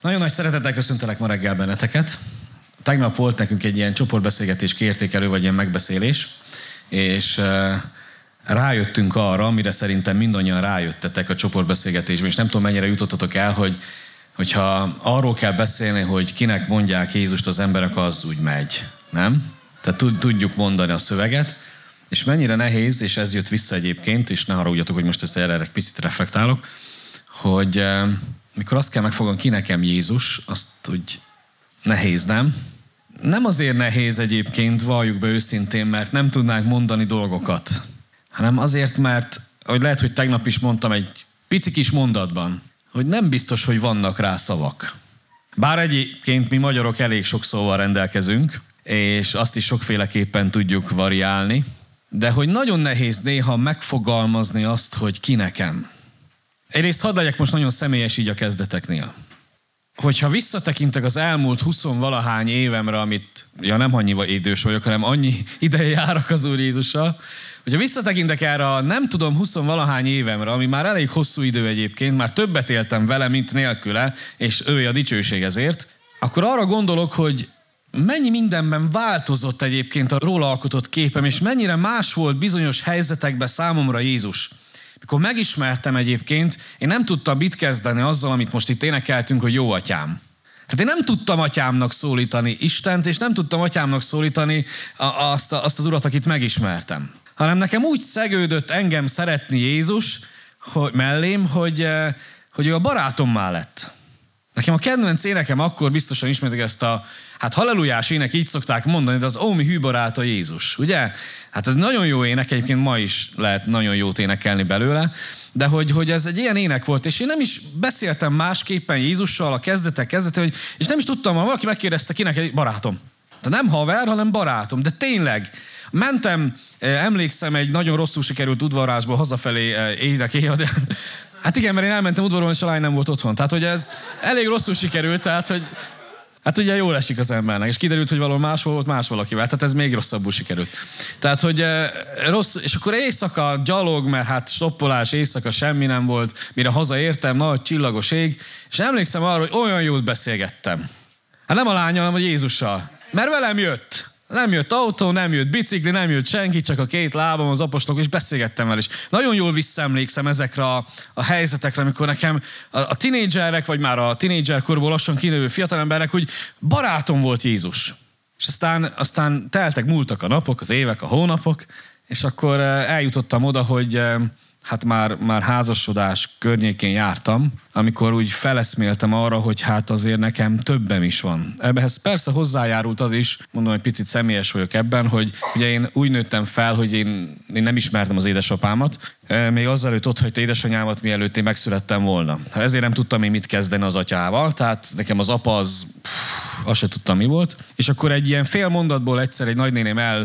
Nagyon nagy szeretettel köszöntelek ma reggel benneteket. Tegnap volt nekünk egy ilyen csoportbeszélgetés kiértékelő, vagy ilyen megbeszélés, és rájöttünk arra, amire szerintem mindannyian rájöttetek a csoportbeszélgetésben, és nem tudom, mennyire jutottatok el, hogyha arról kell beszélni, hogy kinek mondják Jézust az emberek, az úgy megy, nem? Tehát tudjuk mondani a szöveget, és mennyire nehéz, és ez jött vissza egyébként, és ne haragudjatok, hogy most ezt erre picit reflektálok, hogy mikor azt kell megfogalni, ki nekem Jézus, azt úgy nehéz, nem? Nem azért nehéz egyébként, valljuk be őszintén, mert nem tudnánk mondani dolgokat, hanem azért, mert, ahogy lehet, hogy tegnap is mondtam egy pici kis mondatban, hogy nem biztos, hogy vannak rá szavak. Bár egyébként mi magyarok elég sok szóval rendelkezünk, és azt is sokféleképpen tudjuk variálni, de hogy nagyon nehéz néha megfogalmazni azt, hogy ki nekem. Egyrészt hadd legyek most nagyon személyes így a kezdeteknél. Hogyha visszatekintek az elmúlt 20-valahány évemre, amit, nem annyival idős vagyok, hanem annyi ideje járok az Úr Jézussal, hogyha visszatekintek erre a nem tudom 20-valahány évemre, ami már elég hosszú idő egyébként, már többet éltem vele, mint nélküle, és ő a dicsőség ezért, akkor arra gondolok, hogy mennyi mindenben változott egyébként a róla alkotott képem, és mennyire más volt bizonyos helyzetekben számomra Jézus. Mikor megismertem egyébként, én nem tudtam mit kezdeni azzal, amit most itt énekeltünk, hogy jó atyám. Tehát én nem tudtam atyámnak szólítani Istent, és nem tudtam atyámnak szólítani azt az urat, akit megismertem. Hanem nekem úgy szegődött engem szeretni Jézus mellém, hogy ő a barátommá lett. Nekem a kedvenc énekem akkor biztosan ismertek ezt a hallelujás ének, így szokták mondani, de az Ó, mi hű baráta Jézus, ugye? Hát ez nagyon jó ének, egyébként ma is lehet nagyon jót énekelni belőle, de hogy ez egy ilyen ének volt, és én nem is beszéltem másképpen Jézussal a kezdetek, és nem is tudtam, ha valaki megkérdezte, kinek egy barátom. Tehát nem haver, hanem barátom, de tényleg. Mentem, emlékszem, egy nagyon rosszul sikerült udvarlásból hazafelé de hát igen, mert én elmentem udvarolni, és a lány nem volt otthon. Tehát, hogy ez elég rosszul sikerült, tehát, hogy hát ugye jól esik az embernek, és kiderült, hogy valahol máshol volt más valakivel, tehát ez még rosszabbul sikerült. Tehát, hogy rossz, és akkor éjszaka gyalog, mert hát stoppolás, éjszaka semmi nem volt, mire hazaértem, nagy csillagos ég, és emlékszem arra, hogy olyan jót beszélgettem. Hát nem a lánnyal, hanem a Jézussal. Mert velem jött. Nem jött autó, nem jött bicikli, nem jött senki, csak a két lábam, az apostolok, és beszélgettem vele is. Nagyon jól visszaemlékszem ezekre a helyzetekre, amikor nekem a tinédzserek, vagy már a tinédzserkorból lassan kinövő fiatalemberek, hogy barátom volt Jézus. És aztán múltak a napok, az évek, a hónapok, és akkor eljutottam oda, hogy hát már házasodás környékén jártam, amikor úgy feleszméltem arra, hogy hát azért nekem többem is van. Ebbehez persze hozzájárult az is, mondom, hogy picit személyes vagyok ebben, hogy ugye én úgy nőttem fel, hogy én nem ismertem az édesapámat, még azelőtt otthagyta édesanyámat, mielőtt én megszülettem volna. Ezért nem tudtam én mit kezdeni az atyával, tehát nekem az apa azt se tudtam mi volt. És akkor egy ilyen fél mondatból egyszer egy nagynéném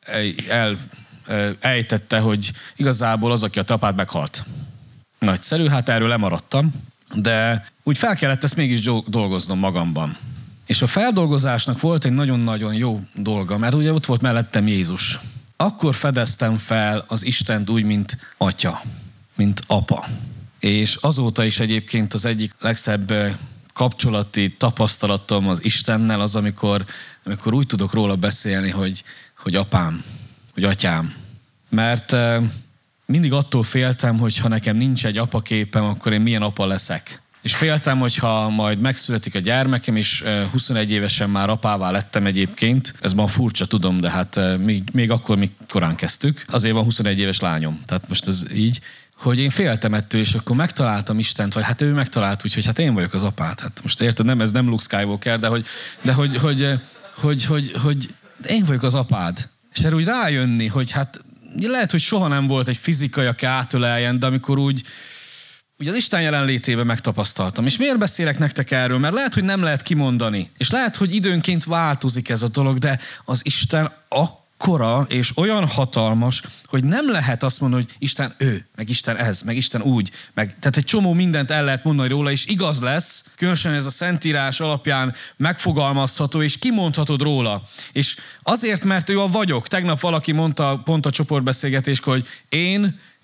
ejtette, hogy igazából az, aki a apád meghalt. Nagyszerű, hát erről lemaradtam, de úgy fel kellett ezt mégis dolgoznom magamban. És a feldolgozásnak volt egy nagyon-nagyon jó dolga, mert ugye ott volt mellettem Jézus. Akkor fedeztem fel az Istent úgy, mint atya, mint apa. És azóta is egyébként az egyik legszebb kapcsolati tapasztalatom az Istennel az, amikor úgy tudok róla beszélni, hogy apám, hogy atyám. Mert mindig attól féltem, hogy ha nekem nincs egy apaképem, akkor én milyen apa leszek. És féltem, hogy ha majd megszületik a gyermekem, és 21 évesen már apává lettem egyébként, ez ma furcsa, tudom, de hát még akkor mi korán kezdtük. Azért van 21 éves lányom, tehát most ez így, hogy én féltem ettől, és akkor megtaláltam Istent, vagy hát ő megtalált, úgyhogy hát én vagyok az apád. Hát most érted, ez nem Luke Skywalker, de hogy én vagyok az apád. És erre úgy rájönni, hogy hát lehet, hogy soha nem volt egy fizikai, aki átöleljen, de amikor úgy az Isten jelenlétében megtapasztaltam. És miért beszélek nektek erről? Mert lehet, hogy nem lehet kimondani. És lehet, hogy időnként változik ez a dolog, de az Isten akkora és olyan hatalmas, hogy nem lehet azt mondani, hogy Isten ő, meg Isten ez, meg Isten úgy. Tehát egy csomó mindent el lehet mondani róla, és igaz lesz, különösen ez a Szentírás alapján megfogalmazható, és kimondhatod róla. És azért, mert ő a vagyok. Tegnap valaki mondta pont a csoportbeszélgetéskor, hogy én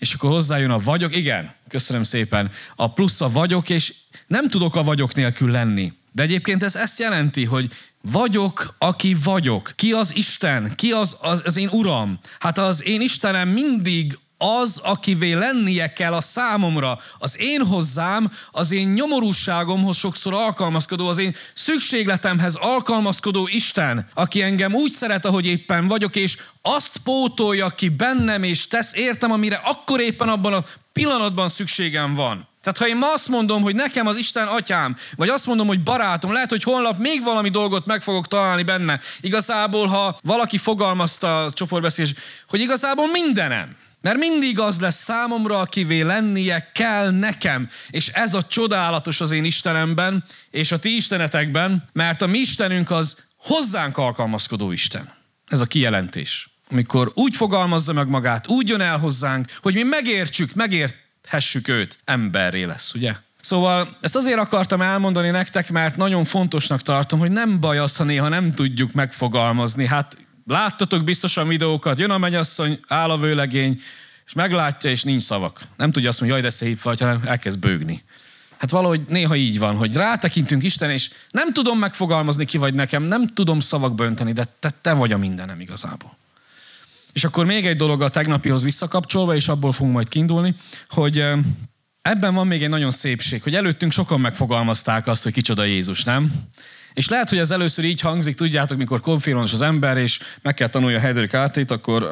És akkor hozzájön a vagyok, igen, köszönöm szépen, a plusz a vagyok, és nem tudok a vagyok nélkül lenni. De egyébként ez ezt jelenti, hogy vagyok, aki vagyok. Ki az Isten? Ki az én Uram? Hát az én Istenem mindig az, akivé lennie kell a számomra, az én hozzám, az én nyomorúságomhoz sokszor alkalmazkodó, az én szükségletemhez alkalmazkodó Isten, aki engem úgy szeret, ahogy éppen vagyok, és azt pótolja ki bennem, és tesz értem, amire akkor éppen abban a pillanatban szükségem van. Tehát ha én ma azt mondom, hogy nekem az Isten atyám, vagy azt mondom, hogy barátom, lehet, hogy holnap még valami dolgot meg fogok találni benne. Igazából, ha valaki fogalmazta a csoportbeszélés, hogy igazából mindenem. Mert mindig az lesz számomra, akivé lennie kell nekem. És ez a csodálatos az én Istenemben, és a ti istenetekben, mert a mi Istenünk az hozzánk alkalmazkodó Isten. Ez a kijelentés. Amikor úgy fogalmazza meg magát, úgy jön el hozzánk, hogy mi megérthessük őt, emberré lesz, ugye? Szóval ezt azért akartam elmondani nektek, mert nagyon fontosnak tartom, hogy nem baj az, ha néha nem tudjuk megfogalmazni. Hát láttatok biztosan videókat, jön a mennyasszony, áll a vőlegény, és meglátja, és nincs szavak. Nem tudja azt mondani, jaj, de szép vagy, hanem elkezd bőgni. Hát valahogy néha így van, hogy rátekintünk Isten, és nem tudom megfogalmazni, ki vagy nekem, nem tudom szavakba önteni, de te vagy a mindenem igazából. És akkor még egy dolog a tegnapihoz visszakapcsolva, és abból fogunk majd kiindulni, hogy ebben van még egy nagyon szépség, hogy előttünk sokan megfogalmazták azt, hogy kicsoda Jézus, nem? És lehet, hogy ez először így hangzik, tudjátok, mikor konfirmandus az ember, és meg kell tanulja a hetedik átét, akkor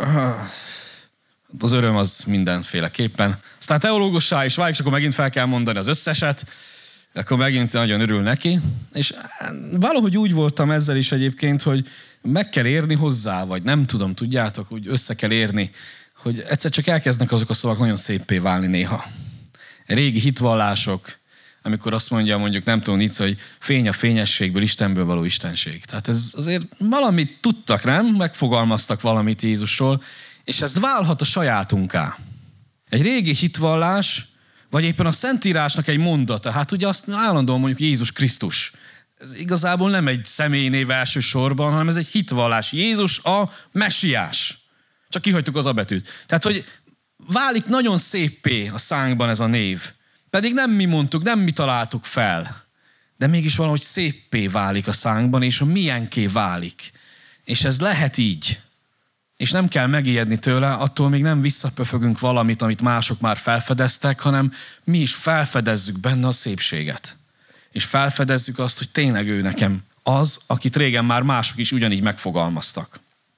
az öröm az mindenféleképpen. Aztán teológussá is válik, és akkor megint fel kell mondani az összeset, akkor megint nagyon örül neki. És valahogy úgy voltam ezzel is egyébként, hogy meg kell érni hozzá, vagy nem tudom, tudjátok, úgy össze kell érni, hogy egyszer csak elkezdnek azok a szavak nagyon széppé válni néha. Régi hitvallások, amikor azt mondja, mondjuk nem tudom Nietzsche, hogy fény a fényességből, Istenből való istenség. Tehát ez azért valamit tudtak, nem? Megfogalmaztak valamit Jézusról, és ez válhat a sajátunká. Egy régi hitvallás, vagy éppen a Szentírásnak egy mondata. Hát ugye azt állandóan mondjuk Jézus Krisztus. Ez igazából nem egy személynév elsősorban, hanem ez egy hitvallás. Jézus a mesiás. Csak kihagytuk az abetűt. Tehát, hogy válik nagyon széppé a szánkban ez a név. Pedig nem mi mondtuk, nem mi találtuk fel. De mégis valahogy széppé válik a szánkban, és a miénké válik. És ez lehet így. És nem kell megijedni tőle, attól még nem visszapöfögünk valamit, amit mások már felfedeztek, hanem mi is felfedezzük benne a szépséget. És felfedezzük azt, hogy tényleg ő nekem az, akit régen már mások is ugyanígy megfogalmaztak.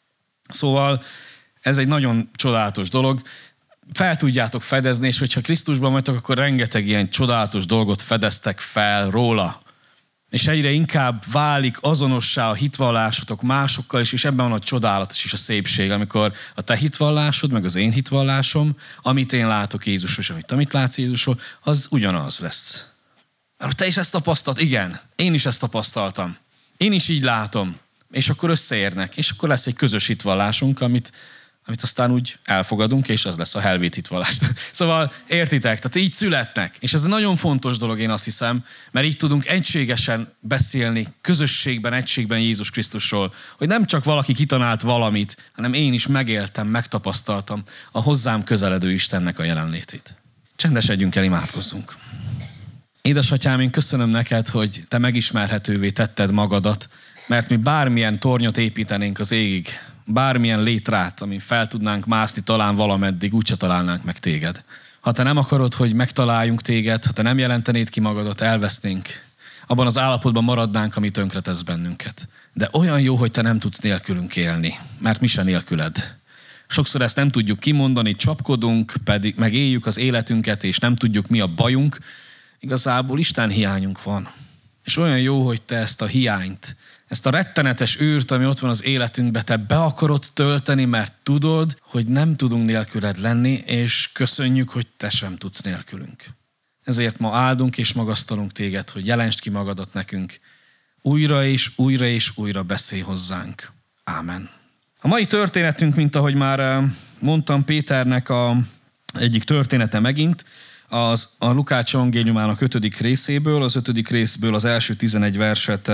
Szóval ez egy nagyon csodálatos dolog. Fel tudjátok fedezni, és hogyha Krisztusban vagytok, akkor rengeteg ilyen csodálatos dolgot fedeztek fel róla. És egyre inkább válik azonossá a hitvallásotok másokkal is, és ebben van a csodálatos és a szépség, amikor a te hitvallásod, meg az én hitvallásom, amit én látok Jézusról, és amit látsz Jézusról, az ugyanaz lesz. Mert te is ezt tapasztalt? Igen, én is ezt tapasztaltam. Én is így látom. És akkor összeérnek, és akkor lesz egy közös hitvallásunk, amit aztán úgy elfogadunk, és az lesz a Helvét hitvallás. Szóval értitek, tehát így születnek. És ez egy nagyon fontos dolog, én azt hiszem, mert így tudunk egységesen beszélni, közösségben, egységben Jézus Krisztusról, hogy nem csak valaki kitalált valamit, hanem én is megéltem, megtapasztaltam a hozzám közeledő Istennek a jelenlétét. Csendesedjünk el, imádkozzunk. Édesatyám, én köszönöm neked, hogy te megismerhetővé tetted magadat, mert mi bármilyen tornyot építenénk az égig, bármilyen létrát, amin fel tudnánk mászni talán valameddig, úgyse találnánk meg téged. Ha te nem akarod, hogy megtaláljunk téged, ha te nem jelentenéd ki magadat, elvesznénk. Abban az állapotban maradnánk, ami tönkretesz bennünket. De olyan jó, hogy te nem tudsz nélkülünk élni, mert mi se nélküled. Sokszor ezt nem tudjuk kimondani, csapkodunk, pedig megéljük az életünket, és nem tudjuk, mi a bajunk. Igazából Isten hiányunk van. És olyan jó, hogy te ezt a hiányt, ezt a rettenetes űrt, ami ott van az életünkbe, te be akarod tölteni, mert tudod, hogy nem tudunk nélküled lenni, és köszönjük, hogy te sem tudsz nélkülünk. Ezért ma áldunk és magasztalunk téged, hogy jelensd ki magadat nekünk. Újra és újra és újra beszélj hozzánk. Ámen. A mai történetünk, mint ahogy már mondtam, Péternek egyik története megint, az a Lukács evangéliumának 5. részéből, az 5. részből az első 11 verset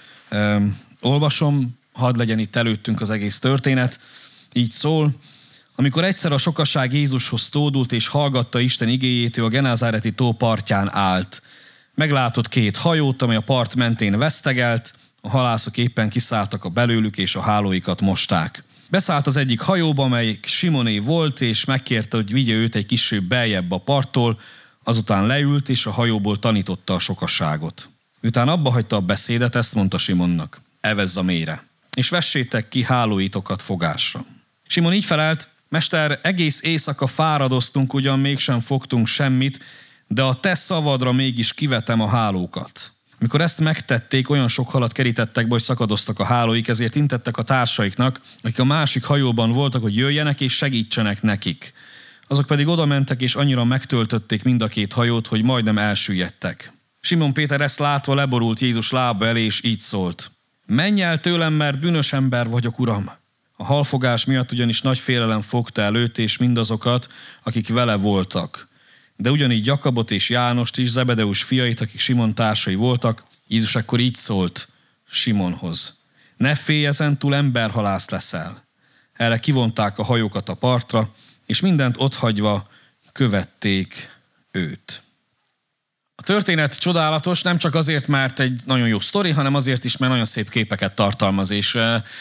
olvasom, hadd legyen itt előttünk az egész történet. Így szól, Amikor egyszer a sokaság Jézushoz tódult és hallgatta Isten igéjét, ő a Genezáreti tó partján állt. Meglátott 2 hajót, amely a part mentén vesztegelt, a halászok éppen kiszálltak a belőlük, és a hálóikat mosták. Beszállt az egyik hajóba, amely Simoné volt, és megkérte, hogy vigye őt egy kissé beljebb a parttól, azután leült, és a hajóból tanította a sokaságot. Miután abba hagyta a beszédet, ezt mondta Simonnak: evezz a mélyre, és vessétek ki hálóitokat fogásra. Simon így felelt: Mester, egész éjszaka fáradoztunk, ugyan mégsem fogtunk semmit, de a te szavadra mégis kivetem a hálókat. Amikor ezt megtették, olyan sok halat kerítettek be, hogy szakadoztak a hálóik, ezért intettek a társaiknak, akik a másik hajóban voltak, hogy jöjjenek és segítsenek nekik. Azok pedig oda mentek, és annyira megtöltötték mind a 2 hajót, hogy majdnem elsüllyedtek. Simon Péter ezt látva leborult Jézus lába elé, és így szólt: menj el tőlem, mert bűnös ember vagyok, Uram. A halfogás miatt ugyanis nagy félelem fogta el őt és mindazokat, akik vele voltak. De ugyanígy Jakabot és Jánost is, Zebedeus fiait, akik Simon társai voltak. Jézus akkor így szólt Simonhoz: ne félj, ezentúl emberhalász leszel. Erre kivonták a hajókat a partra, és mindent otthagyva követték őt. A történet csodálatos, nem csak azért, mert egy nagyon jó sztori, hanem azért is, mert nagyon szép képeket tartalmaz, és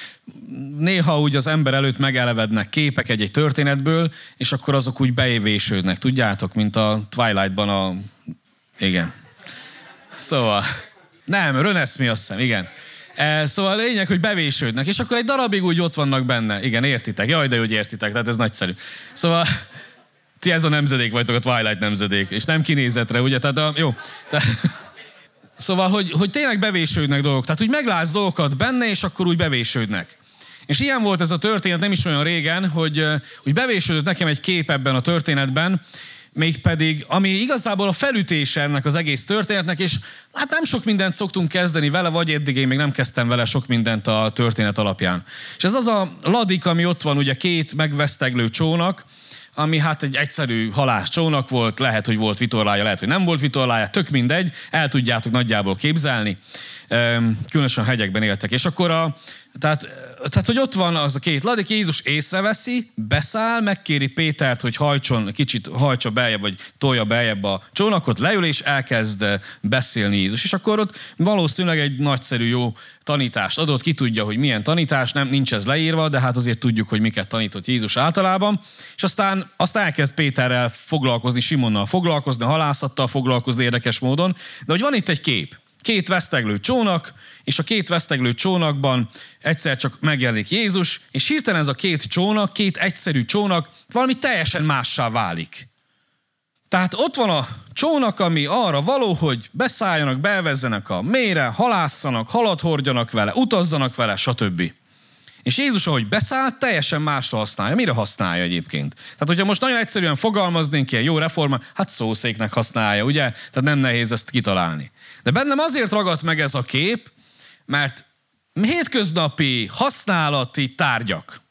néha úgy az ember előtt megelevednek képek egy történetből, és akkor azok úgy beévésődnek, tudjátok, mint a Twilight-ban Igen. Szóval, nem, Rönesmi azt hiszem, igen. Szóval a lényeg, hogy bevésődnek, és akkor egy darabig úgy ott vannak benne. Igen, értitek? Jaj, de úgy értitek, tehát ez nagyszerű. Szóval ti ez a nemzedék vagytok, a Twilight nemzedék, és nem kinézetre, ugye? Tehát jó. Szóval, hogy tényleg bevésődnek dolgok. Tehát úgy meglátsz dolgokat benne, és akkor úgy bevésődnek. És ilyen volt ez a történet nem is olyan régen, hogy bevésődött nekem egy kép ebben a történetben, mégpedig, ami igazából a felütése ennek az egész történetnek, és hát nem sok mindent szoktunk kezdeni vele, vagy eddig én még nem kezdtem vele sok mindent a történet alapján. És ez az a ladik, ami ott van, ugye 2 megveszteglő csónak, ami hát egy egyszerű halászcsónak volt, lehet, hogy volt vitorlája, lehet, hogy nem volt vitorlája, tök mindegy, el tudjátok nagyjából képzelni, különösen a hegyekben éltek. És akkor tehát, hogy ott van az a 2 ladik, Jézus észreveszi, beszáll, megkéri Pétert, hogy hajtsa beljebb, vagy tolja beljebb a csónakot, leül, és elkezd beszélni Jézus. És akkor ott valószínűleg egy nagyszerű jó tanítást adott, ki tudja, hogy milyen tanítás, nincs ez leírva, de hát azért tudjuk, hogy miket tanított Jézus általában. És aztán elkezd Péterrel foglalkozni, Simonnal foglalkozni, a halászattal foglalkozni érdekes módon, de hogy van itt egy kép. 2 veszteglő csónak, és a 2 veszteglő csónakban egyszer csak megjelenik Jézus, és hirtelen ez a 2 csónak, 2 egyszerű csónak valami teljesen mássá válik. Tehát ott van a csónak, ami arra való, hogy beszálljanak, bevezzenek a mélyre, halászanak, halat hordjanak vele, utazzanak vele, stb. És Jézus, ahogy beszáll, teljesen másra használja. Mire használja egyébként? Tehát, hogyha most nagyon egyszerűen fogalmaznénk ilyen jó reforma, hát szószéknek használja, ugye? Tehát nem nehéz ezt kitalálni. De bennem azért ragadt meg ez a kép, mert hétköznapi használati tárgyak,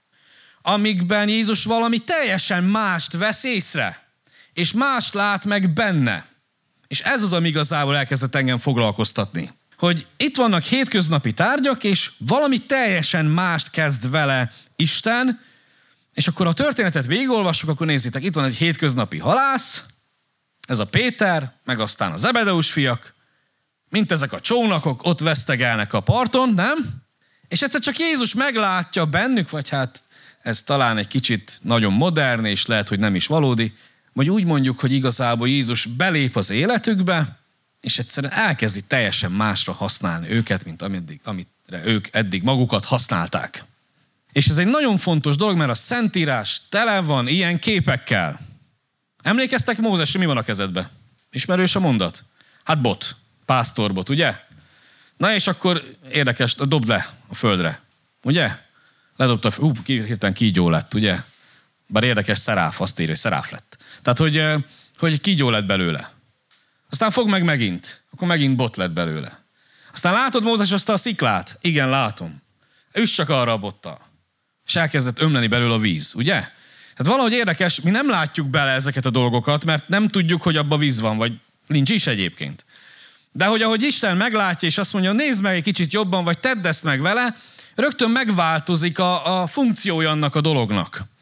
amikben Jézus valami teljesen mást vesz észre, és mást lát meg benne. És ez az, ami igazából elkezdett engem foglalkoztatni. Hogy itt vannak hétköznapi tárgyak, és valami teljesen mást kezd vele Isten, és akkor a történetet végigolvassuk, akkor nézzétek, itt van egy hétköznapi halász, ez a Péter, meg aztán a Zebedeus fiak, mint ezek a csónakok, ott vesztegelnek a parton, nem? És egyszer csak Jézus meglátja bennük, vagy hát ez talán egy kicsit nagyon modern, és lehet, hogy nem is valódi, vagy úgy mondjuk, hogy igazából Jézus belép az életükbe, és egyszerűen elkezdi teljesen másra használni őket, mint amire ők eddig magukat használták. És ez egy nagyon fontos dolog, mert a Szentírás tele van ilyen képekkel. Emlékeztek Mózesre, mi van a kezedbe? Ismerős a mondat? Hát bot, pásztorbot, ugye? Na és akkor érdekes, dobd le a földre, ugye? Ledobta, hirtelen kígyó lett, ugye? Bár érdekes, szeráf, azt írja, hogy szeráf lett. Tehát, hogy kígyó lett belőle. Aztán fog meg megint, akkor megint bot lett belőle. Aztán látod Mózes azt a sziklát? Igen, látom. Üss csak arra a bottal. És elkezdett ömleni belőle a víz, ugye? Tehát valahogy érdekes, mi nem látjuk bele ezeket a dolgokat, mert nem tudjuk, hogy abba víz van, vagy nincs is egyébként. De ahogy Isten meglátja, és azt mondja, nézd meg egy kicsit jobban, vagy tedd ezt meg vele, rögtön megváltozik a funkciója annak a dolognak.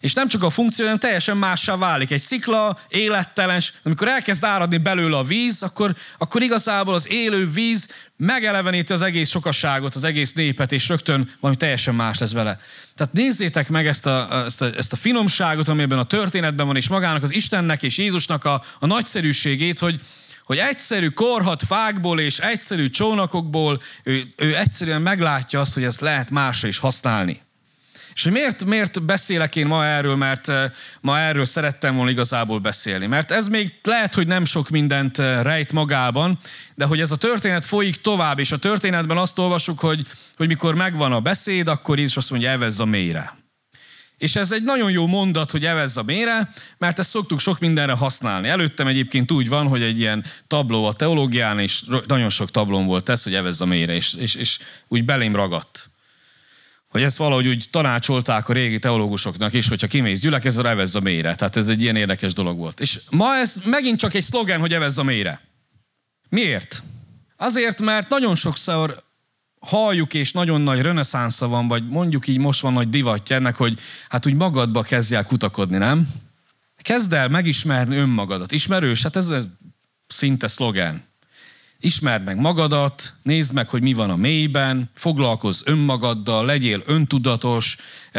És nem csak a funkció, hanem teljesen mássá válik. Egy szikla élettelen, amikor elkezd áradni belőle a víz, akkor igazából az élő víz megeleveníti az egész sokaságot, az egész népet, és rögtön valami teljesen más lesz vele. Tehát nézzétek meg ezt a finomságot, ami ebben a történetben van, és magának az Istennek és Jézusnak a nagyszerűségét, hogy egyszerű korhat fákból és egyszerű csónakokból ő egyszerűen meglátja azt, hogy ezt lehet másra is használni. És hogy miért beszélek én ma erről, mert ma erről szerettem volna igazából beszélni. Mert ez még lehet, hogy nem sok mindent rejt magában, de hogy ez a történet folyik tovább, és a történetben azt olvasjuk, hogy mikor megvan a beszéd, akkor Jézus azt mondja, evezz a mélyre. És ez egy nagyon jó mondat, hogy evezz a mélyre, mert ezt szoktuk sok mindenre használni. Előttem egyébként úgy van, hogy egy ilyen tabló a teológián, és nagyon sok tablón volt ez, hogy evezz a mélyre, és úgy belém ragadt. Hogy ezt valahogy úgy tanácsolták a régi teológusoknak is, hogyha kimész gyülekezetre, evezz a mélyre. Tehát ez egy ilyen érdekes dolog volt. És ma ez megint csak egy szlogen, hogy evezz a mélyre. Miért? Azért, mert nagyon sokszor halljuk, és nagyon nagy reneszánsza van, vagy mondjuk így most van nagy divatja ennek, hogy hát úgy magadba kezdj el kutakodni, nem? Kezd el megismerni önmagadat. Ismerős? Hát ez szinte szlogen. Ismerd meg magadat, nézd meg, hogy mi van a mélyben, foglalkozz önmagaddal, legyél öntudatos,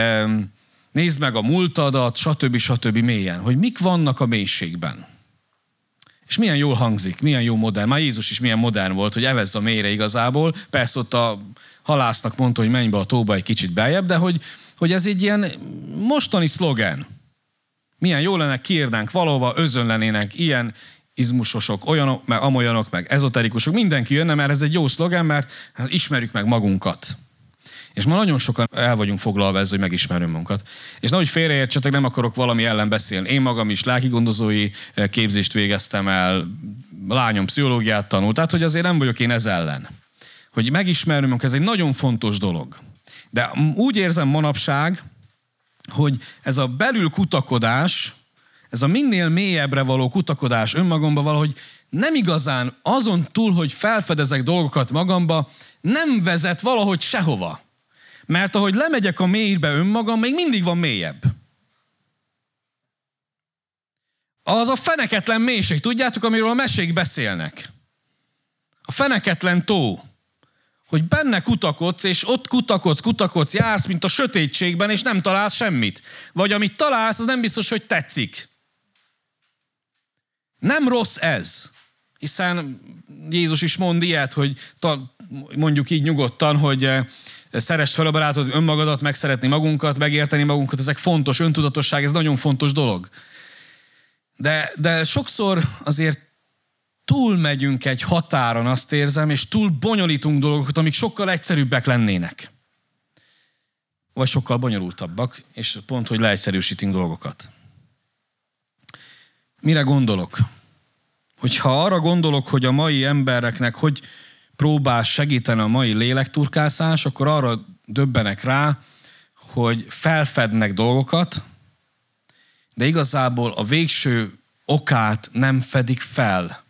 nézd meg a múltadat, stb. Mélyen. Hogy mik vannak a mélységben. És milyen jól hangzik, milyen jó modern. Már Jézus is milyen modern volt, hogy evezz a mélyre igazából. Persze ott a halásznak mondta, hogy menj be a tóba egy kicsit beljebb, de hogy ez egy ilyen mostani szlogen. Milyen jó lenne, kiírnánk valahova, özönlenének ilyen izmusosok, olyanok, meg amolyanok, meg ezoterikusok, mindenki jönne, mert ez egy jó szlogen, mert ismerjük meg magunkat. És ma nagyon sokan el vagyunk foglalva ezzel, hogy megismerjünk magunkat. És nehogy félreértsetek, nem akarok valami ellen beszélni. Én magam is lelkigondozói képzést végeztem el, lányom pszichológiát tanult, tehát hogy azért nem vagyok én ez ellen. Hogy megismerjünk magunkat, ez egy nagyon fontos dolog. De úgy érzem manapság, hogy ez a belül kutakodás, ez a minél mélyebbre való kutakodás önmagamba valahogy nem igazán azon túl, hogy felfedezek dolgokat magamba, nem vezet valahogy sehova. Mert ahogy lemegyek a mélybe önmagam, még mindig van mélyebb. Az a feneketlen mélység, tudjátok, amiről a mesék beszélnek. A feneketlen tó. Hogy benne kutakodsz, és ott kutakodsz, jársz, mint a sötétségben, és nem találsz semmit. Vagy amit találsz, az nem biztos, hogy tetszik. Nem rossz ez. Hiszen Jézus is mond ilyet, hogy mondjuk így nyugodtan, hogy szeresd fel a barátod, önmagadat, megszeretni magunkat, megérteni magunkat, ezek fontos, öntudatosság, ez nagyon fontos dolog. De sokszor azért túlmegyünk egy határon, azt érzem, és túl bonyolítunk dolgokat, amik sokkal egyszerűbbek lennének. Vagy sokkal bonyolultabbak, és pont, hogy leegyszerűsítünk dolgokat. Mire gondolok? Hogyha arra gondolok, hogy a mai embereknek hogy próbál segíteni a mai lélekturkászás, akkor arra döbbenek rá, hogy felfednek dolgokat, de igazából a végső okát nem fedik fel.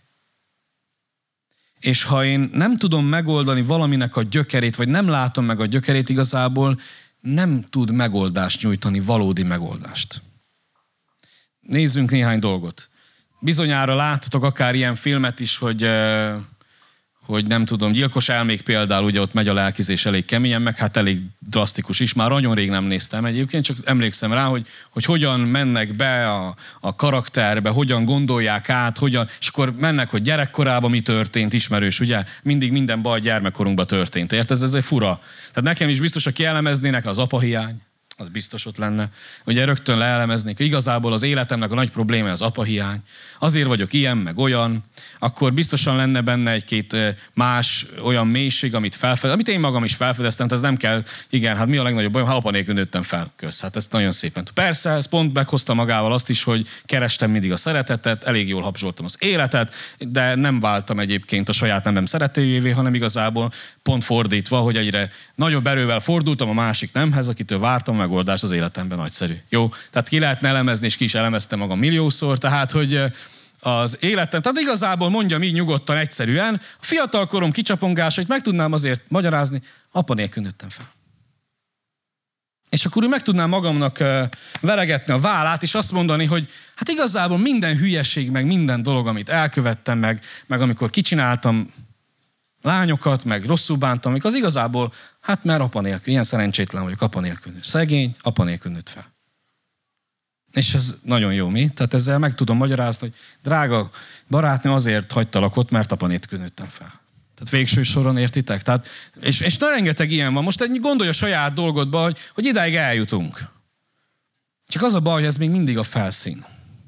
És ha én nem tudom megoldani valaminek a gyökerét, vagy nem látom meg a gyökerét, igazából nem tud megoldást nyújtani, valódi megoldást. Nézzünk néhány dolgot. Bizonyára láttatok akár ilyen filmet is, hogy nem tudom, Gyilkos elmék például, ugye ott megy a lelkizés elég keményen, meg hát elég drasztikus is. Már nagyon rég nem néztem egyébként, csak emlékszem rá, hogy hogyan mennek be a karakterbe, hogyan gondolják át, és akkor mennek, hogy gyerekkorában mi történt, ismerős, ugye? Mindig minden baj gyermekkorunkban történt, érted? Ez egy fura. Tehát nekem is biztos, hogy kielemeznének az apahiány, az biztos ott lenne. Ugye rögtön leelemeznék, hogy igazából az életemnek a nagy probléma az apahiány. Azért vagyok ilyen, meg olyan. Akkor biztosan lenne benne egy-két más olyan mélység, amit én magam is felfedeztem, tehát ez nem kell, igen, hát mi a legnagyobb bajom, ha apa nélkül nőttem fel, kösz. Hát ezt nagyon szépen. Persze, ez pont meghozta magával azt is, hogy kerestem mindig a szeretetet, elég jól habzsoltam az életet, de nem váltam egyébként a saját nemem szeretőjévé, hanem igazából pont fordítva, hogy egyre nagyobb erővel fordultam a másik nemhez, akitől vártam megoldást az életemben, nagyszerű. Jó? Tehát ki lehetne elemezni, és ki is elemeztem magam milliószor, tehát, hogy az életem, tehát igazából mondjam így nyugodtan, egyszerűen, a fiatalkorom kicsapongásait meg tudnám azért magyarázni, apa nélkül nőttem fel. És akkor úgy meg tudnám magamnak veregetni a vállát, és azt mondani, hogy hát igazából minden hülyeség, meg minden dolog, amit elkövettem, meg amikor kicsináltam lányokat, meg rosszul bántam, az igazából, hát mert apa nélkül, ilyen szerencsétlen vagyok, apa nélkül. Szegény, apa nélkül nőtt fel. És ez nagyon jó, mi? Tehát ezzel meg tudom magyarázni, hogy drága barátnő, azért hagytalak ott, mert apa nélkül nőttem fel. Tehát végső soron, értitek? Tehát, és na rengeteg ilyen van. Most gondolj a saját dolgodba, hogy idáig eljutunk. Csak az a baj, hogy ez még mindig a felszín.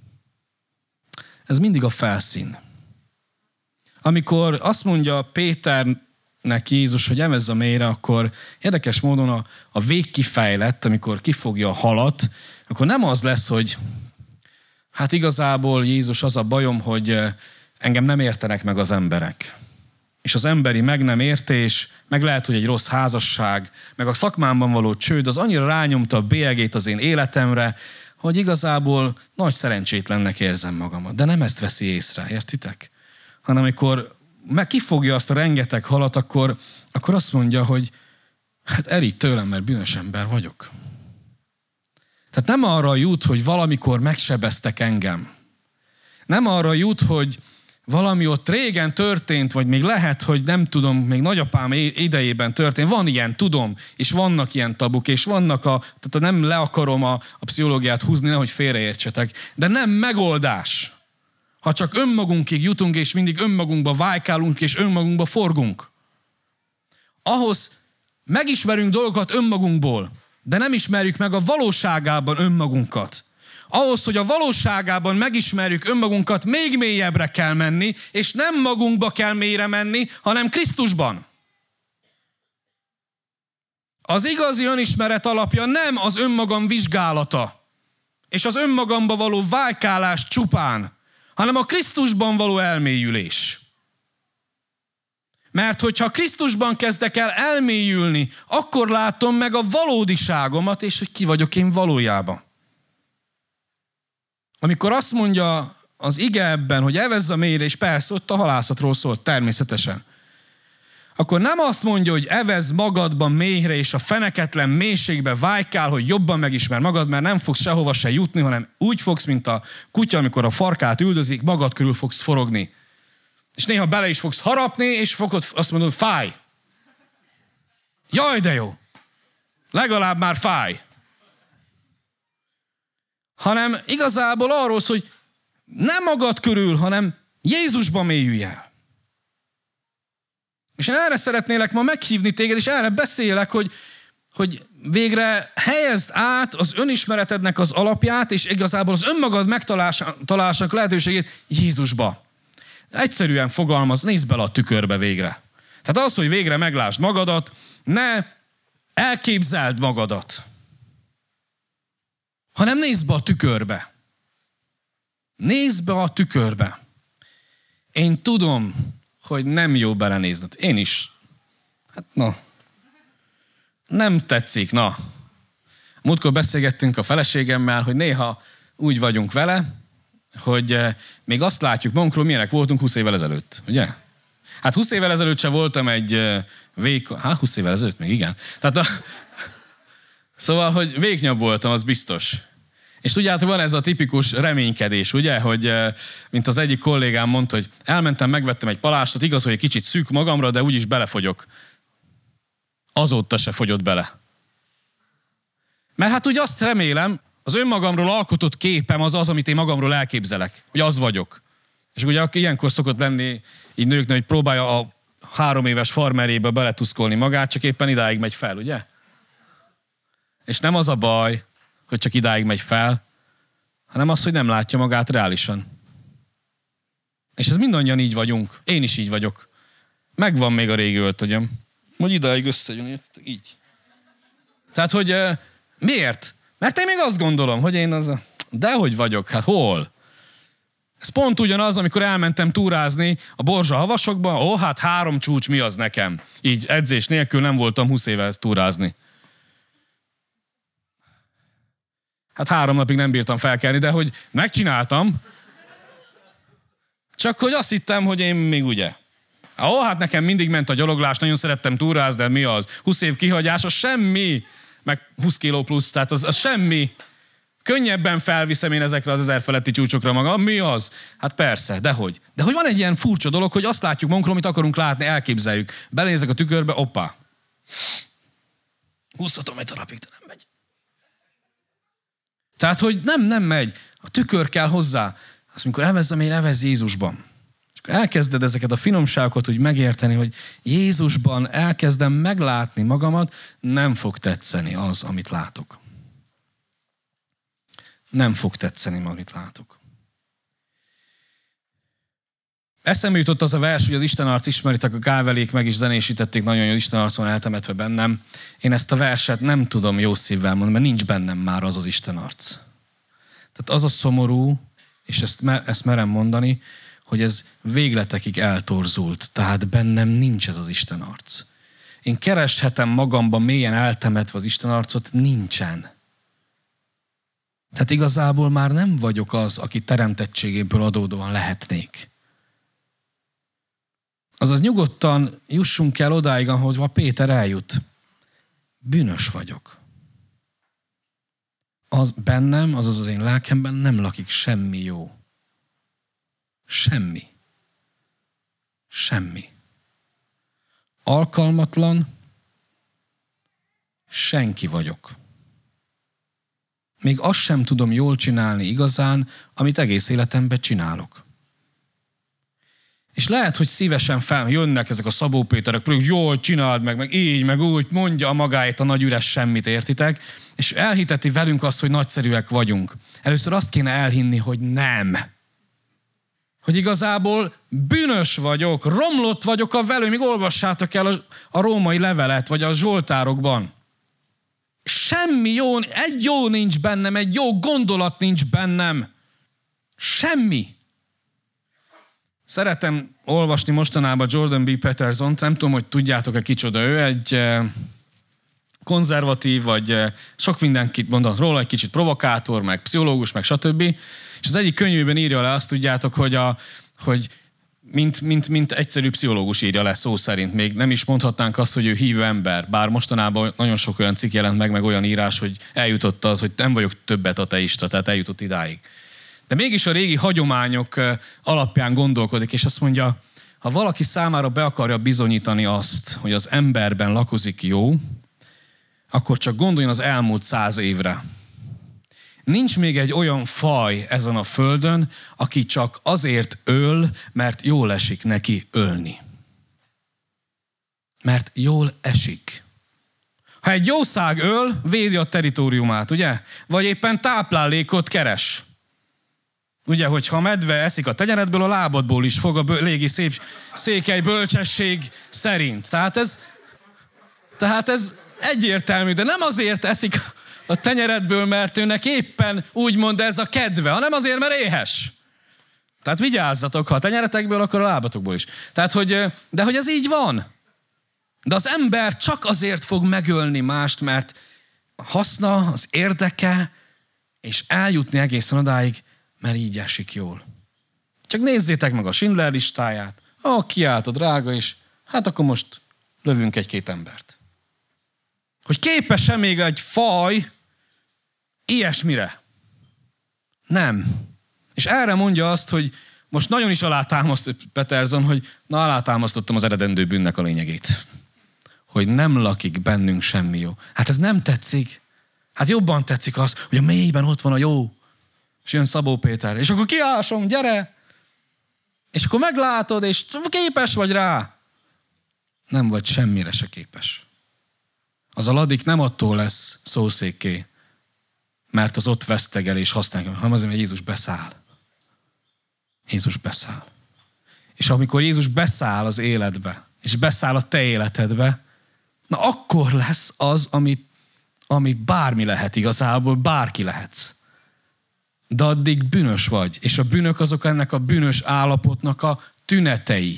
Ez mindig a felszín. Amikor azt mondja Péternek Jézus, hogy evezz a mélyre, akkor érdekes módon a végkifejlett, amikor kifogja a halat, akkor nem az lesz, hogy hát igazából Jézus, az a bajom, hogy engem nem értenek meg az emberek. És az emberi meg nem értés, meg lehet, hogy egy rossz házasság, meg a szakmámban való csőd, az annyira rányomta a bélyegét az én életemre, hogy igazából nagy szerencsétlennek érzem magamat. De nem ezt veszi észre, értitek? Hanem amikor kifogja azt a rengeteg halat, akkor azt mondja, hogy hát elég tőlem, mert bűnös ember vagyok. Tehát nem arra jut, hogy valamikor megsebeztek engem. Nem arra jut, hogy valami ott régen történt, vagy még lehet, hogy nem tudom, még nagyapám idejében történt. Van ilyen, tudom, és vannak ilyen tabuk, és vannak tehát nem le akarom a pszichológiát húzni, nehogy félreértsetek, de nem megoldás. Ha csak önmagunkig jutunk, és mindig önmagunkba vájkálunk, és önmagunkba forgunk. Ahhoz megismerünk dolgokat önmagunkból, de nem ismerjük meg a valóságában önmagunkat. Ahhoz, hogy a valóságában megismerjük önmagunkat, még mélyebbre kell menni, és nem magunkba kell mélyre menni, hanem Krisztusban. Az igazi önismeret alapja nem az önmagam vizsgálata, és az önmagamba való vájkálás csupán, hanem a Krisztusban való elmélyülés. Mert hogyha Krisztusban kezdek el elmélyülni, akkor látom meg a valódiságomat, és hogy ki vagyok én valójában. Amikor azt mondja az ige ebben, hogy evezz a mélyre, és persze ott a halászatról szólt természetesen, akkor nem azt mondja, hogy evezz magadban mélyre, és a feneketlen mélységbe vájkál, hogy jobban megismer magad, mert nem fogsz sehova se jutni, hanem úgy fogsz, mint a kutya, amikor a farkát üldözik, magad körül fogsz forogni. És néha bele is fogsz harapni, és azt mondod, fáj. Jaj, de jó. Legalább már fáj. Hanem igazából arról szól, hogy nem magad körül, hanem Jézusban mélyülj el. És én erre szeretnélek ma meghívni téged, és erre beszélek, hogy végre helyezd át az önismeretednek az alapját, és igazából az önmagad megtalálásának lehetőségét Jézusba. Egyszerűen fogalmaz, nézd bele a tükörbe végre. Tehát az, hogy végre meglásd magadat, ne elképzeld magadat, hanem nézd be a tükörbe. Nézd be a tükörbe. Én tudom, hogy nem jó belenézned. Én is. Hát na. Nem tetszik, na. Múltkor beszélgettünk a feleségemmel, hogy néha úgy vagyunk vele, hogy még azt látjuk magunkról, milyenek voltunk 20 évvel ezelőtt, ugye? Hát 20 évvel ezelőtt se voltam egy 20 évvel ezelőtt még, igen. Tehát szóval, hogy végnyabb voltam, az biztos. És tudjátok, van ez a tipikus reménykedés, ugye? Hogy, mint az egyik kollégám mondta, hogy elmentem, megvettem egy palástot, igaz, hogy egy kicsit szűk magamra, de úgyis belefogyok. Azóta se fogyott bele. Mert hát úgy azt remélem, az önmagamról alkotott képem az, amit én magamról elképzelek, hogy az vagyok. És ugye ilyenkor szokott lenni így nőknek, hogy próbálja a 3 éves farmerébe beletuszkolni magát, csak éppen idáig megy fel, ugye? És nem az a baj, hogy csak idáig megy fel, hanem az, hogy nem látja magát reálisan. És ez mindannyian így vagyunk. Én is így vagyok. Megvan még a régi öltönyöm. Hogy idáig összejön, így. Tehát, hogy miért? Mert én még azt gondolom, hogy én dehogy vagyok, hát hol? Ez pont ugyanaz, amikor elmentem túrázni a Borzsa-Havasokba, hát 3 csúcs, mi az nekem? Így edzés nélkül nem voltam 20 éve túrázni. Hát 3 napig nem bírtam felkelni, de hogy megcsináltam. Csak hogy azt hittem, hogy én még ugye. Hát nekem mindig ment a gyaloglás, nagyon szerettem túrázni, de mi az? 20 év kihagyás, az semmi. meg 20 kiló plusz, tehát az semmi. Könnyebben felviszem én ezekre az 1000 feletti csúcsokra magam. Mi az? Hát persze, dehogy. De hogy van egy ilyen furcsa dolog, hogy azt látjuk magunkról, amit akarunk látni, elképzeljük. Belézek a tükörbe, oppá. Húzhatom egy darabig, de nem megy. Tehát, hogy nem megy. A tükör kell hozzá. Azt, amikor elvezzem, én elvezz Jézusban. És akkor elkezded ezeket a finomságokat úgy megérteni, hogy Jézusban elkezdem meglátni magamat, nem fog tetszeni az, amit látok. Nem fog tetszeni, amit látok. Eszembe jutott az a vers, hogy az Isten arc ismeritek, a gávelék meg is zenésítették, nagyon jó, Isten arc van eltemetve bennem. Én ezt a verset nem tudom jó szívvel mondani, mert nincs bennem már az Isten arc. Tehát az a szomorú, és ezt merem mondani, hogy ez végletekig eltorzult. Tehát bennem nincs ez az Isten arc. Én kereshetem magamban mélyen eltemetve az Isten arcot, nincsen. Tehát igazából már nem vagyok az, aki teremtettségéből adódóan lehetnék. Azaz nyugodtan jussunk el odáig, ahogy Péter eljut. Bűnös vagyok. Az bennem, azaz az én lelkemben nem lakik semmi jó. Semmi. Semmi. Alkalmatlan, senki vagyok. Még azt sem tudom jól csinálni igazán, amit egész életemben csinálok. És lehet, hogy szívesen jönnek ezek a Szabó Péterek, hogy jól csináld meg így, meg úgy, mondja a magáét a nagy üres semmit, értitek? És elhiteti velünk azt, hogy nagyszerűek vagyunk. Először azt kéne elhinni, hogy nem. Hogy igazából bűnös vagyok, romlott vagyok a velő, még olvassátok el a római levelet, vagy a zsoltárokban. Semmi jó, egy jó nincs bennem, egy jó gondolat nincs bennem. Semmi. Szeretem olvasni mostanában Jordan B. Petersont, nem tudom, hogy tudjátok-e kicsoda ő, egy konzervatív, vagy sok mindenkit mondott róla, egy kicsit provokátor, meg pszichológus, meg stb. És az egyik könyvében írja le azt, tudjátok, hogy mint egyszerű pszichológus írja le szó szerint. Még nem is mondhatnánk azt, hogy ő hívő ember, bár mostanában nagyon sok olyan cikk jelent meg olyan írás, hogy eljutott az, hogy nem vagyok többet ateista, tehát eljutott idáig. De mégis a régi hagyományok alapján gondolkodik, és azt mondja, ha valaki számára be akarja bizonyítani azt, hogy az emberben lakozik jó, akkor csak gondoljon az elmúlt 100 évre. Nincs még egy olyan faj ezen a földön, aki csak azért öl, mert jól esik neki ölni. Mert jól esik. Ha egy jószág öl, védi a territóriumát, ugye? Vagy éppen táplálékot keres. Ugye, hogyha a medve eszik a tenyeredből, a lábadból is fog a légi székely bölcsesség szerint. Tehát ez egyértelmű, de nem azért eszik a tenyeredből, mert őnek éppen úgymond ez a kedve, hanem azért, mert éhes. Tehát vigyázzatok, ha a tenyeretekből, akkor a lábatokból is. Tehát, de hogy ez így van. De az ember csak azért fog megölni mást, mert a haszna, az érdeke, és eljutni egészen odáig, mert így esik jól. Csak nézzétek meg a Schindler listáját. Kiállt a drága is. Hát akkor most lövünk 1-2 embert. Hogy képes-e még egy faj ilyesmire? Nem. És erre mondja azt, hogy most nagyon is alátámaszt Peterson, hogy alátámasztottam az eredendő bűnnek a lényegét. Hogy nem lakik bennünk semmi jó. Hát ez nem tetszik. Hát jobban tetszik az, hogy a mélyben ott van a jó. És jön Szabó Péter. És akkor kiásom, gyere! És akkor meglátod, és képes vagy rá. Nem vagy semmire se képes. Az a ladik nem attól lesz szószékké, mert az ott vesztegel és használja, hanem azért, mert Jézus beszáll. Jézus beszáll. És amikor Jézus beszáll az életbe, és beszáll a te életedbe, na akkor lesz az, ami bármi lehet igazából, bárki lehetsz. De addig bűnös vagy, és a bűnök azok ennek a bűnös állapotnak a tünetei.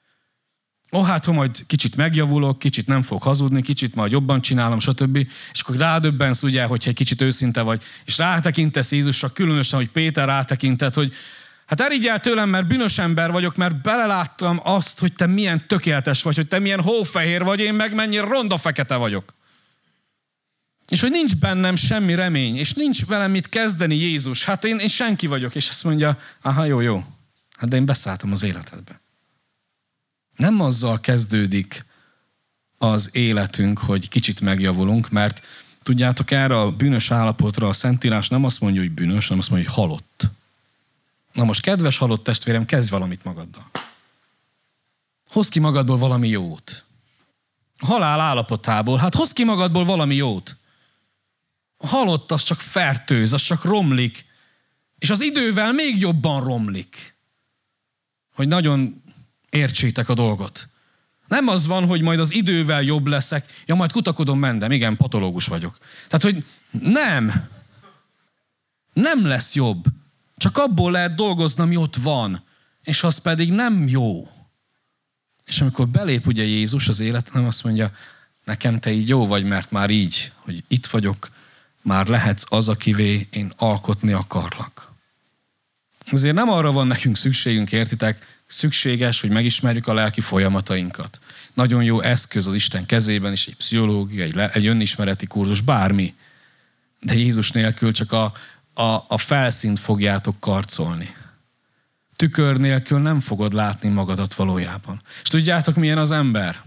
Hát, ha majd kicsit megjavulok, kicsit nem fog hazudni, kicsit majd jobban csinálom, stb. És akkor rádöbbensz, ugye, hogyha egy kicsit őszinte vagy, és rátekintesz Jézusra, különösen, hogy Péter rátekintett, hogy hát erigyel tőlem, mert bűnös ember vagyok, mert beleláttam azt, hogy te milyen tökéletes vagy, hogy te milyen hófehér vagy, én meg mennyire ronda fekete vagyok. És hogy nincs bennem semmi remény, és nincs velem mit kezdeni Jézus. Hát én senki vagyok, és azt mondja, aha, jó. Hát de én beszálltam az életedbe. Nem azzal kezdődik az életünk, hogy kicsit megjavulunk, mert tudjátok, erre a bűnös állapotra a Szentírás nem azt mondja, hogy bűnös, hanem azt mondja, hogy halott. Na most, kedves halott testvérem, kezdj valamit magaddal. Hozz ki magadból valami jót. A halál állapotából, hát hozz ki magadból valami jót. A halott az csak fertőz, az csak romlik, és az idővel még jobban romlik. Hogy nagyon értsétek a dolgot. Nem az van, hogy majd az idővel jobb leszek, ja, majd kutakodom mentem, igen, patológus vagyok. Tehát, hogy nem lesz jobb. Csak abból lehet dolgozni, ami ott van, és az pedig nem jó. És amikor belép ugye Jézus az életem, azt mondja, nekem te így jó vagy, mert már így, hogy itt vagyok, már lehetsz az, akivé én alkotni akarlak. Ezért nem arra van nekünk szükségünk, értitek? Szükséges, hogy megismerjük a lelki folyamatainkat. Nagyon jó eszköz az Isten kezében is, egy pszichológia, egy önismereti kurzus, bármi. De Jézus nélkül csak a felszínt fogjátok karcolni. Tükör nélkül nem fogod látni magadat valójában. És tudjátok, milyen az ember?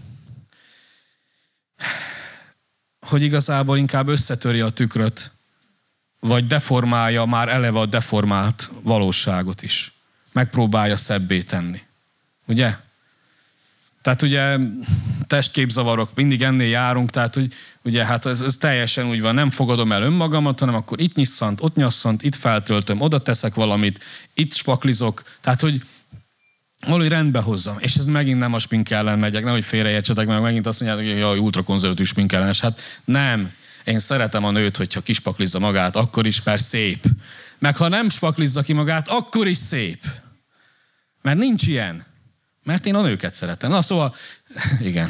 Hogy igazából inkább összetöri a tükröt, vagy deformálja már eleve a deformált valóságot is. Megpróbálja szebbé tenni. Ugye? Tehát ugye testképzavarok, mindig ennél járunk, tehát ugye hát ez teljesen úgy van, nem fogadom el önmagamat, hanem akkor itt nyisszant, ott nyasszant, itt feltöltöm, oda teszek valamit, itt spaklizok, tehát hogy valahogy rendbe hozzam. És ez megint nem a smink ellen megyek, nehogy félreértsetek, mert megint azt mondjátok, hogy jaj, ultrakonzervatív smink ellenes. Hát nem. Én szeretem a nőt, hogyha kispaklizza magát, akkor is, mert szép. Meg ha nem spaklizza ki magát, akkor is szép. Mert nincs ilyen. Mert én a nőket szeretem. Na szóval, igen.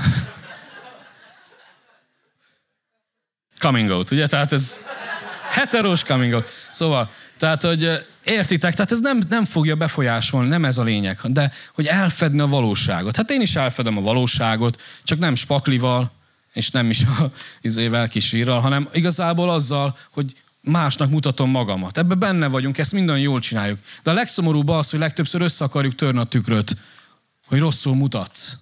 Coming out, ugye? Tehát ez heteros coming out. Szóval, tehát, hogy értitek, tehát ez nem fogja befolyásolni, nem ez a lényeg, de hogy elfedni a valóságot. Hát én is elfedem a valóságot, csak nem spaklival, és nem is a kis sírral, hanem igazából azzal, hogy másnak mutatom magamat. Ebben benne vagyunk, ezt minden jól csináljuk. De a legszomorúbb az, hogy legtöbbször össze akarjuk törni a tükröt, hogy rosszul mutatsz.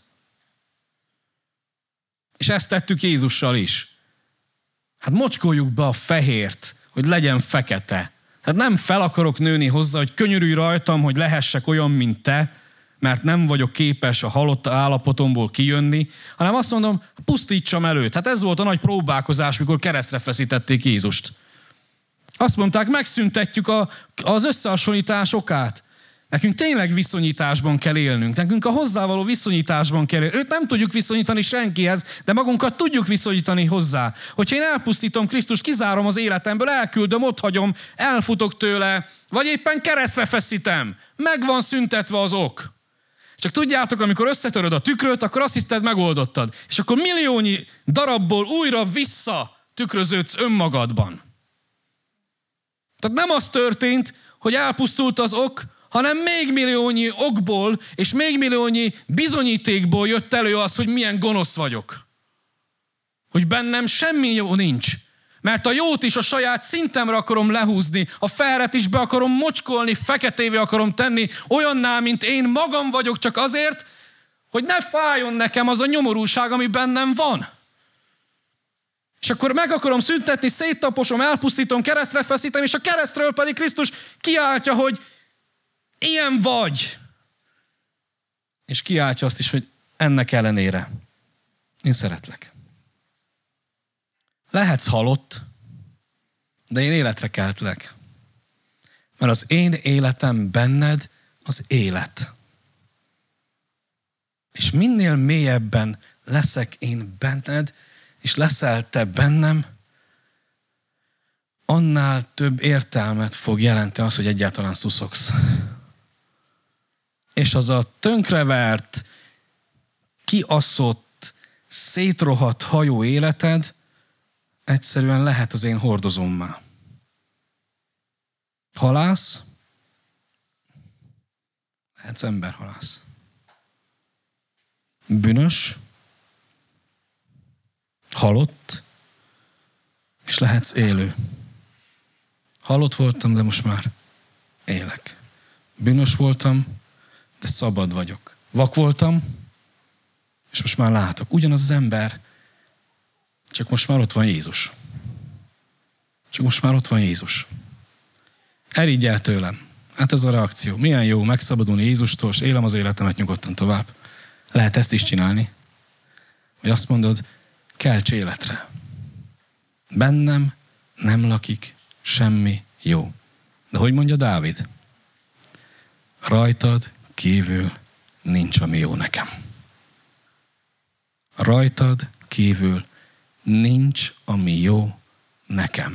És ezt tettük Jézussal is. Hát mocskoljuk be a fehért, hogy legyen fekete. Tehát nem fel akarok nőni hozzá, hogy könyörülj rajtam, hogy lehessek olyan, mint te, mert nem vagyok képes a halott állapotomból kijönni, hanem azt mondom, pusztítsam előtt. Hát ez volt a nagy próbálkozás, mikor keresztre feszítették Jézust. Azt mondták, megszüntetjük az összehasonlítás okát. Nekünk tényleg viszonyításban kell élnünk. Nekünk a hozzávaló viszonyításban kell élnünk. Őt nem tudjuk viszonyítani senkihez, de magunkat tudjuk viszonyítani hozzá. Hogyha én elpusztítom Krisztust, kizárom az életemből, elküldöm, otthagyom, elfutok tőle, vagy éppen keresztre feszítem. Meg van szüntetve az ok. Csak tudjátok, amikor összetöröd a tükröt, akkor azt hiszed, megoldottad. És akkor milliónyi darabból újra vissza tükröződsz önmagadban. Tehát nem az történt, hogy elpusztult az ok, hanem még milliónyi okból és még milliónyi bizonyítékból jött elő az, hogy milyen gonosz vagyok. Hogy bennem semmi jó nincs. Mert a jót is a saját szintemre akarom lehúzni, a felret is be akarom mocskolni, feketévé akarom tenni, olyanná, mint én magam vagyok, csak azért, hogy ne fájjon nekem az a nyomorúság, ami bennem van. És akkor meg akarom szüntetni, széttaposom, elpusztítom, keresztre feszítem, és a keresztről pedig Krisztus kiáltja, hogy ilyen vagy. És kiáltja azt is, hogy ennek ellenére én szeretlek. Lehetsz halott, de én életre keltlek. Mert az én életem benned az élet. És minél mélyebben leszek én benned, és leszel te bennem, annál több értelmet fog jelenteni az, hogy egyáltalán szuszogsz. És az a tönkrevert, kiasszott, szétrohadt hajó életed egyszerűen lehet az én hordozommá. Halász, lehetsz emberhalász. Bűnös, halott, és lehetsz élő. Halott voltam, de most már élek. Bűnös voltam, de szabad vagyok. Vak voltam, és most már látok. Ugyanaz az ember, csak most már ott van Jézus. Csak most már ott van Jézus. Erigy el tőlem. Hát ez a reakció. Milyen jó megszabadulni Jézustól, és élem az életemet nyugodtan tovább. Lehet ezt is csinálni. Vagy azt mondod, kelts életre. Bennem nem lakik semmi jó. De hogy mondja Dávid? Rajtad kívül nincs, ami jó nekem. Rajtad kívül nincs, ami jó nekem.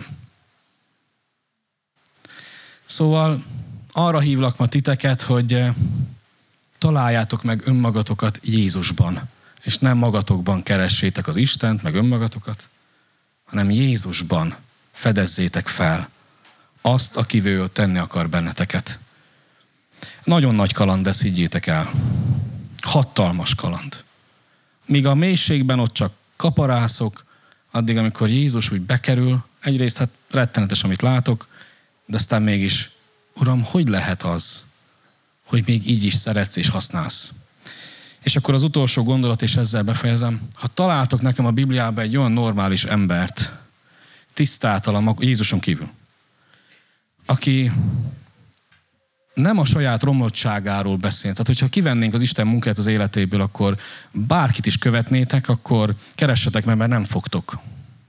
Szóval arra hívlak ma titeket, hogy találjátok meg önmagatokat Jézusban, és nem magatokban keressétek az Istent, meg önmagatokat, hanem Jézusban fedezzétek fel azt, akivel ő tenni akar benneteket. Nagyon nagy kaland ez, higgyétek el. Hatalmas kaland. Míg a mélységben ott csak kaparászok, addig, amikor Jézus úgy bekerül, egyrészt hát rettenetes, amit látok, de aztán mégis, Uram, hogy lehet az, hogy még így is szeretsz és használsz? És akkor az utolsó gondolat, és ezzel befejezem. Ha találtok nekem a Bibliában egy olyan normális embert, tisztátalan, Jézuson kívül, aki nem a saját romlottságáról beszél. Tehát, hogyha kivennénk az Isten munkáját az életéből, akkor bárkit is követnétek, akkor keressetek meg, mert nem fogtok.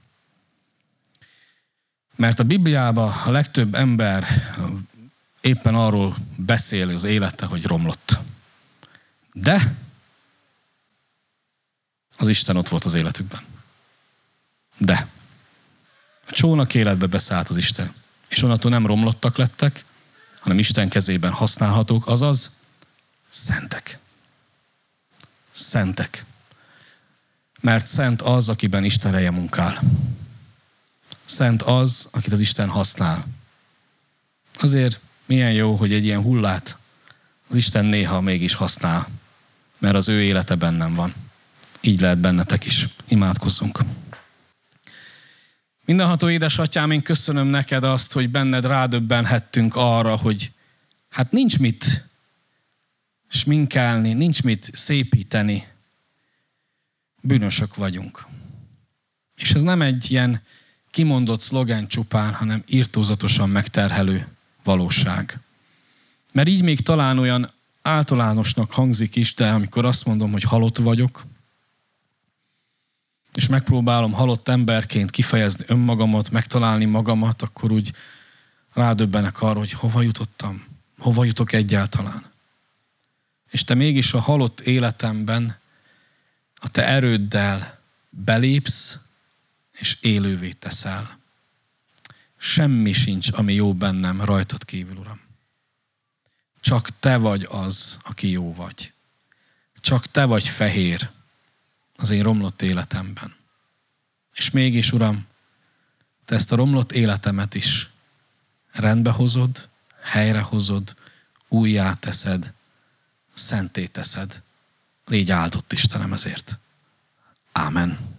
Mert a Bibliában a legtöbb ember éppen arról beszél az élete, hogy romlott. De az Isten ott volt az életükben. De a csónak életbe beszállt az Isten. És onnantól nem romlottak lettek, hanem Isten kezében használhatók, azaz szentek. Szentek. Mert szent az, akiben Isten ereje munkál. Szent az, akit az Isten használ. Azért milyen jó, hogy egy ilyen hullát az Isten néha mégis használ, mert az ő élete bennem van. Így lehet bennetek is. Imádkozzunk. Mindenható édesatyám, én köszönöm neked azt, hogy benned rádöbbenhettünk arra, hogy hát nincs mit sminkelni, nincs mit szépíteni. Bűnösök vagyunk. És ez nem egy ilyen kimondott szlogen csupán, hanem irtózatosan megterhelő valóság. Mert így még talán olyan általánosnak hangzik is, de amikor azt mondom, hogy halott vagyok, és megpróbálom halott emberként kifejezni önmagamat, megtalálni magamat, akkor úgy rádöbbenek arra, hogy hova jutottam, hova jutok egyáltalán. És te mégis a halott életemben a te erőddel belépsz, és élővé teszel. Semmi sincs, ami jó bennem rajtad kívül, Uram. Csak te vagy az, aki jó vagy. Csak te vagy fehér az én romlott életemben. És mégis, Uram, te ezt a romlott életemet is rendbe hozod, helyre hozod, újjá teszed, szenté teszed. Légy áldott, Istenem, ezért. Ámen.